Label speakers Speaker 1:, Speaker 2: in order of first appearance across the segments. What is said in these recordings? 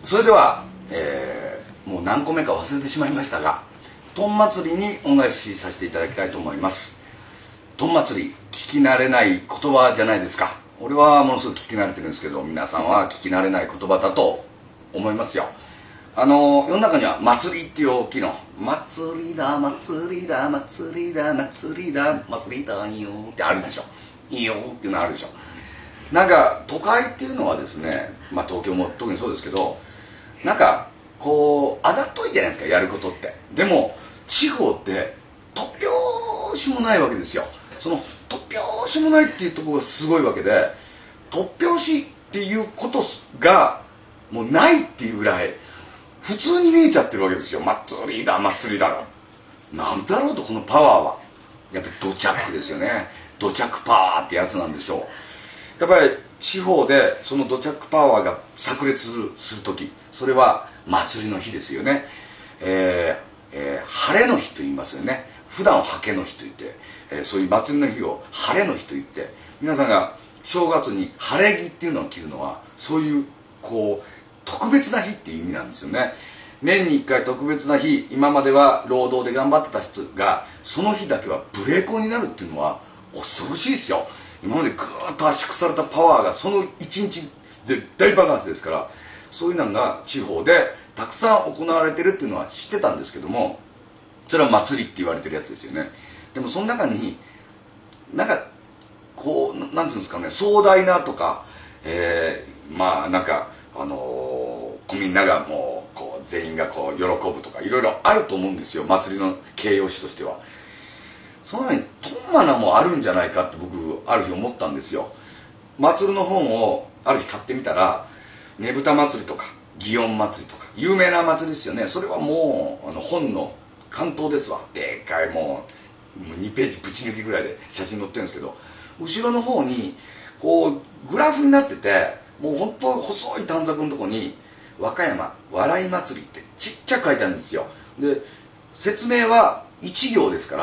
Speaker 1: それでは、もう何個目か忘れてしまいましたが、とん祭りに恩返しさせていただきたいと思います。とん祭り、聞き慣れない言葉じゃないですか。俺はものすごく聞き慣れてるんですけど、皆さんは聞き慣れない言葉だと思いますよ。世の中には祭りっていう大きいの、祭りだ祭りだ祭りだ祭りだ祭りだよってあるでしょ。いいよっていうのあるでしょ。なんか都会っていうのはですね、東京も特にそうですけど、なんかこうあざといじゃないですか、やることって。でも地方って突拍子もないわけですよ。その突拍子もないっていうところがすごいわけで、突拍子っていうことがもうないっていうぐらい普通に見えちゃってるわけですよ。祭りだ祭りだがなんだろうと、このパワーはやっぱり土着ですよね。土着パワーってやつなんでしょう。やっぱり地方でその土着パワーが炸裂する時、それは祭りの日ですよね。晴れの日と言いますよね。普段ははけの日と言って、そういう祭りの日を晴れの日と言って、皆さんが正月に晴れ着っていうのを着るのは、そういうこう特別な日っていう意味なんですよね。年に1回特別な日、今までは労働で頑張ってた人がその日だけは無礼講になるっていうのは恐ろしいですよ。今までぐーっと圧縮されたパワーがその一日で大爆発ですから、そういうのが地方でたくさん行われてるっていうのは知ってたんですけども、それは祭りって言われてるやつですよね。でもその中になんかこうなんていうんですかね、壮大なとか、なんかみんながもうこう全員がこう喜ぶとかいろいろあると思うんですよ、祭りの形容詞としては。その中にトンマナもあるんじゃないかって僕ある日思ったんですよ。祭りの本をある日買ってみたら、ねぶた祭りとか祇園祭りとか有名な祭りですよね。それはもう本の関東ですわ。でっかいもう2ページぶち抜きぐらいで写真載ってるんですけど、後ろの方にこうグラフになってて、もう本当細い短冊のとこに和歌山笑い祭りってちっちゃく書いてあるんですよ。で説明は1行ですから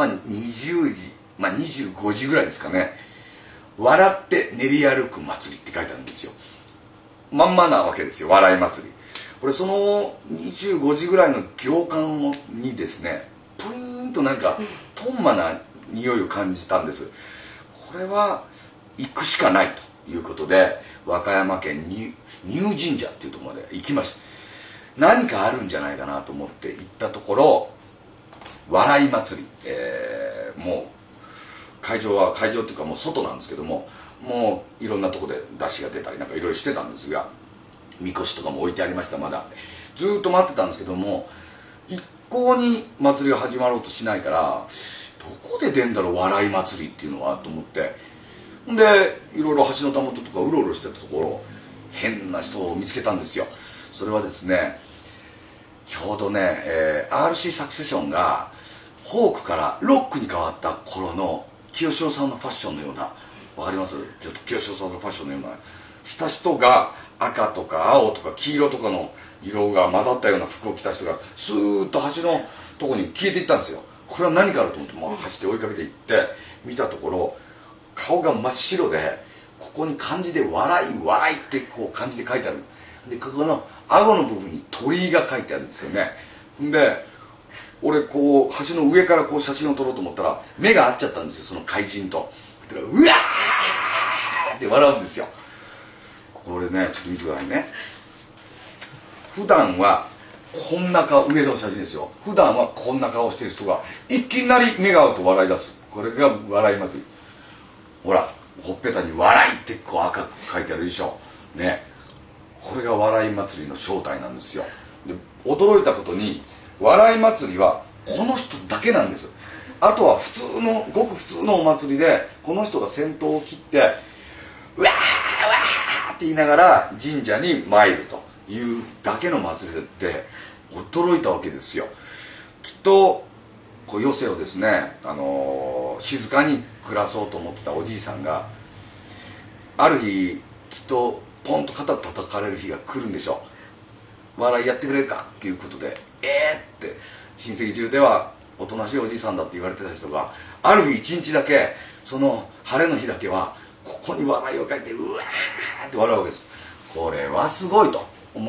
Speaker 1: 、20時、25時ぐらいですかね。笑って練り歩く祭りって書いてあるんですよ。まんまなわけですよ、笑い祭り。これその25時ぐらいの行間にですね、プイーンとなんかトンマな匂いを感じたんです。これは行くしかないということで、和歌山県に入神社っていうところまで行きました。何かあるんじゃないかなと思って行ったところ、笑い祭り、もう会場っていうかもう外なんですけども、もういろんなところで出汁が出たりなんかいろいろしてたんですが、みこしとかも置いてありました。まだずーっと待ってたんですけども、一向に祭りが始まろうとしないから、どこで出んだろう笑い祭りっていうのはと思って、でいろいろ橋のたもととかうろうろしてたところ、変な人を見つけたんですよ。それはですね、ちょうどね、RC サクセションがフォークからロックに変わった頃の清志郎さんのファッションのような、わかります？ちょっと清志郎さんのファッションのようなした人が、赤とか青とか黄色とかの色が混ざったような服を着た人がスーッと橋のとこに消えていったんですよ。これは何かあると思って、走って追いかけていって見たところ、顔が真っ白で、ここに漢字で笑い笑いってこう漢字で書いてある。でここの顎の部分に鳥居が書いてあるんですよね。で俺こう橋の上からこう写真を撮ろうと思ったら目が合っちゃったんですよ、その怪人と。うわーって笑うんですよ。これね、ちょっと見てくださいね。普段はこんな顔、上の写真ですよ。普段はこんな顔してる人がいきなり目が合うと笑い出す。これが笑い祭り。ほら、ほっぺたに笑いってこう赤く書いてあるでしょね。これが笑い祭りの正体なんですよ。で驚いたことに、笑い祭りはこの人だけなんです。あとはごく普通のお祭りで、この人が先頭を切ってうわーうわーって言いながら神社に参るというだけの祭りで驚いたわけですよ。きっとこう余生をですね、静かに暮らそうと思ってたおじいさんが、ある日きっとポンと肩叩かれる日が来るんでしょう。笑いやってくれるかっていうことで、って親戚中ではおとなしいおじいさんだって言われてた人が、ある日一日だけ、その晴れの日だけはここに笑いを書いてうわーって笑うわけです。これはすごいと思っ 、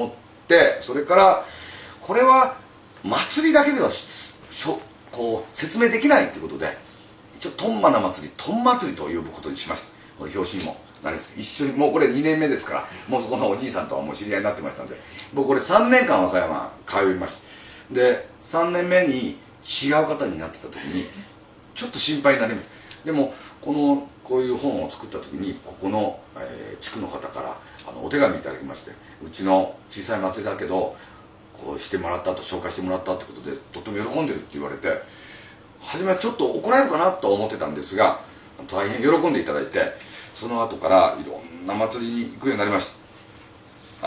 Speaker 1: それからこれは祭りだけではこう説明できないっていうことで、一応トンマナ祭り、トン祭りと呼ぶことにしました。これ表紙にもなります。一緒にもうこれ2年目ですから、もうそこのおじいさんとはもう知り合いになってましたので、僕これ3年間和歌山通いました。で3年目に違う方になってた時にちょっと心配になりました。でもこういう本を作った時にここの、地区の方からお手紙いただきまして、うちの小さい祭りだけどこうしてもらったと、紹介してもらったってことでとても喜んでるって言われて、初めはちょっと怒られるかなと思ってたんですが、大変喜んでいただいて、その後からいろんな祭りに行くようになりました。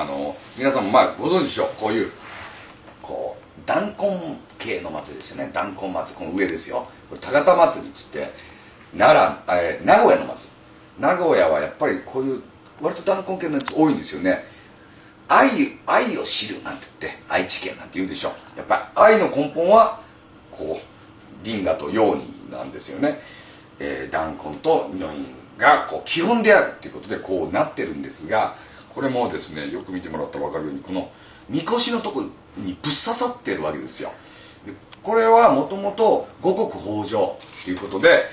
Speaker 1: 皆さんもご存知でしょう、こういう弾痕系の祭りですよね。弾痕祭り、この上ですよ、これ田形祭りっつって、名古屋の祭り。名古屋はやっぱりこういう割と弾痕系のやつ多いんですよね。愛を知るなんて言って愛知県なんて言うでしょ。やっぱり愛の根本は輪廻と陽になんですよね。弾痕と女院が基本であるっていうことでこうなってるんですが、これもですね、よく見てもらったら分かるように、このみこしのとこにぶっ刺さってるわけですよ。でこれはもともと五穀豊穣ということで、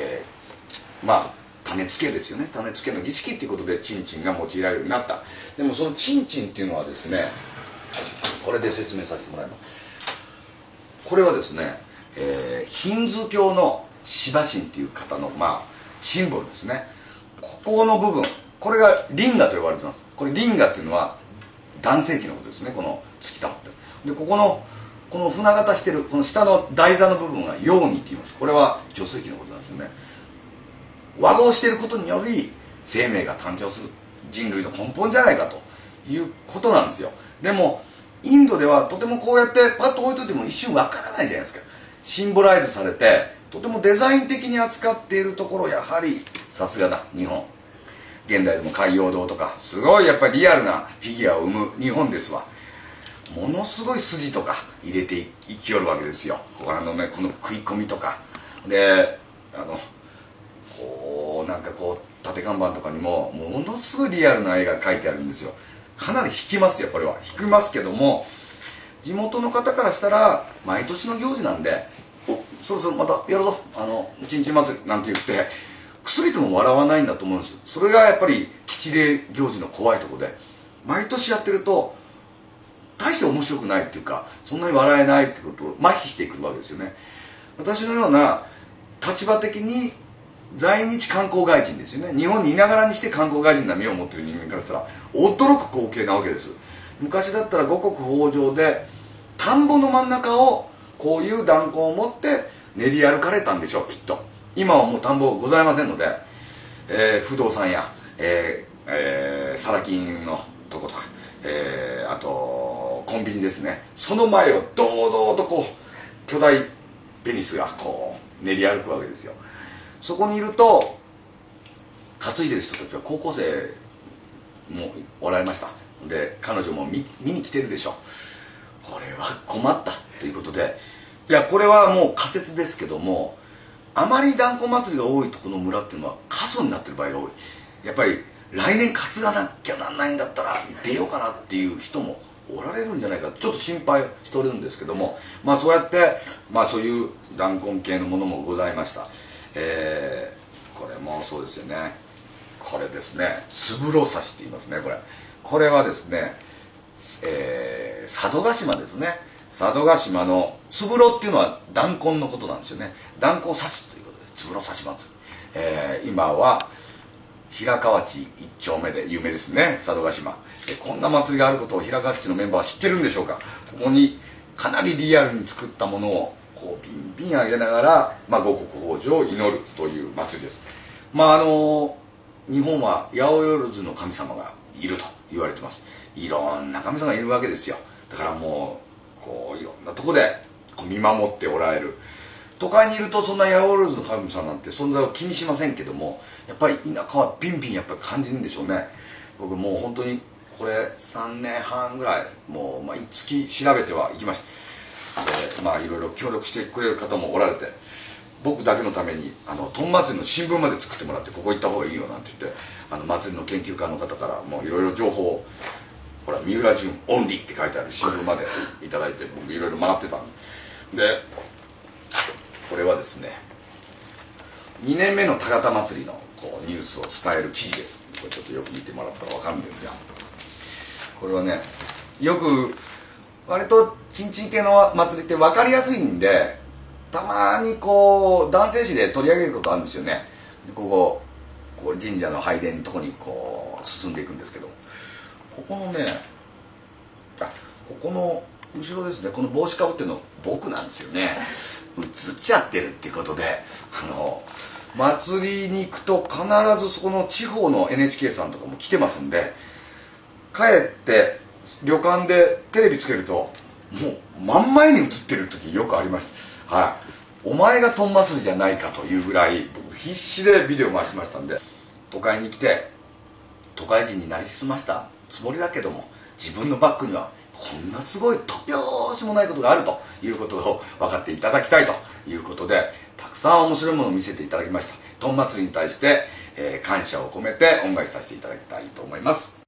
Speaker 1: 種付けですよね。種付けの儀式っていうことでチンチンが用いられるようになった。でもそのチンチンっていうのはですね、これで説明させてもらいます。これはですね、ヒンズー教のシバ神っていう方のシンボルですね。ここの部分、これが輪廻と呼ばれてます。これ輪廻っていうのは男性器のことですね。この突き立ってで、この船形してるこの下の台座の部分は陽にって言います。これは女性器のことなんですよね。和合していることにより生命が誕生する、人類の根本じゃないかということなんですよ。でもインドではとてもこうやってパッと置いといても一瞬わからないじゃないですか。シンボライズされてとてもデザイン的に扱っているところ、やはりさすがだ日本。現代でも海洋堂とかすごいやっぱりリアルなフィギュアを生む日本ですわ。ものすごい筋とか入れていきよるわけですよ。この食い込みとかで、縦看板とかにもものすごいリアルな絵が描いてあるんですよ。かなり引きますよ。これは引きますけども、地元の方からしたら毎年の行事なんで、そろそろまたやるぞちんちん祭りなんて言って薬とも笑わないんだと思うんです。それがやっぱり吉例行事の怖いところで、毎年やってると大して面白くないっていうか、そんなに笑えないってことを麻痺していくわけですよね。私のような立場的に在日観光外人ですよね。日本にいながらにして観光外人な目を持っている人間からしたら驚く光景なわけです。昔だったら五穀豊穣で田んぼの真ん中をこういう弾痕を持って練り歩かれたんでしょう、きっと。今はもう田んぼございませんので、不動産や、サラ金のとことか、あとコンビニですね、その前を堂々と巨大ペニスが練り歩くわけですよ。そこにいると担いでる人たちは高校生もおられました。で彼女も見に来てるでしょ。これは困ったということで、いやこれはもう仮説ですけども、あまり弾痕祭りが多いとこの村っていうのは過疎になってる場合が多い。やっぱり来年担がなきゃなんないんだったら出ようかなっていう人もおられるんじゃないかとちょっと心配しておるんですけども、そうやってそういう弾痕系のものもございました。これもそうですよね。これですね、つぶろ刺しって言いますね。これはですね、佐渡島ですね。佐渡島のつぶろっていうのは弾痕のことなんですよね。弾痕を刺すということでつぶろ刺し祭り、今は平川町1丁目で有名ですね、佐渡島。こんな祭りがあることを平川町のメンバーは知ってるんでしょうか。ここにかなりリアルに作ったものをビンビン上げながら、五穀豊穣を祈るという祭りです。日本は八百万の神様がいると言われてます。いろんな神様がいるわけですよ。だからもういろんなとこで見守っておられる。都会にいるとそんな八百万の神様なんて存在を気にしませんけども、やっぱり田舎はビンビンやっぱり感じるんでしょうね。僕もう本当にこれ3年半ぐらいもう毎月調べてはいきました。いろいろ協力してくれる方もおられて、僕だけのためにトン祭りの新聞まで作ってもらって、ここ行った方がいいよなんて言って祭りの研究家の方からもいろいろ情報をほら三浦淳オンリーって書いてある新聞までいただいて、僕いろいろ回ってたんで、これはですね2年目の田形祭りのこうニュースを伝える記事です。これちょっとよく見てもらったら分かるんですが、これはね、よく割とちんちん系の祭りって分かりやすいんで、たまにこう男性誌で取り上げることあるんですよね。こう神社の拝殿のとこにこう進んでいくんですけど、ここのね、ここの後ろですね、この帽子かぶってるの僕なんですよね。映っちゃってるっていうことで、祭りに行くと必ずそこの地方の NHK さんとかも来てますんで、帰って旅館でテレビつけるともう真ん前に映ってる時よくありました。はい、お前がとん祭りじゃないかというぐらい僕必死でビデオ回しましたんで、都会に来て都会人になりすましたつもりだけども、自分のバッグにはこんなすごい突拍子もないことがあるということを分かっていただきたいということで、たくさん面白いものを見せていただきました。とん祭りに対して、感謝を込めて恩返しさせていただきたいと思います。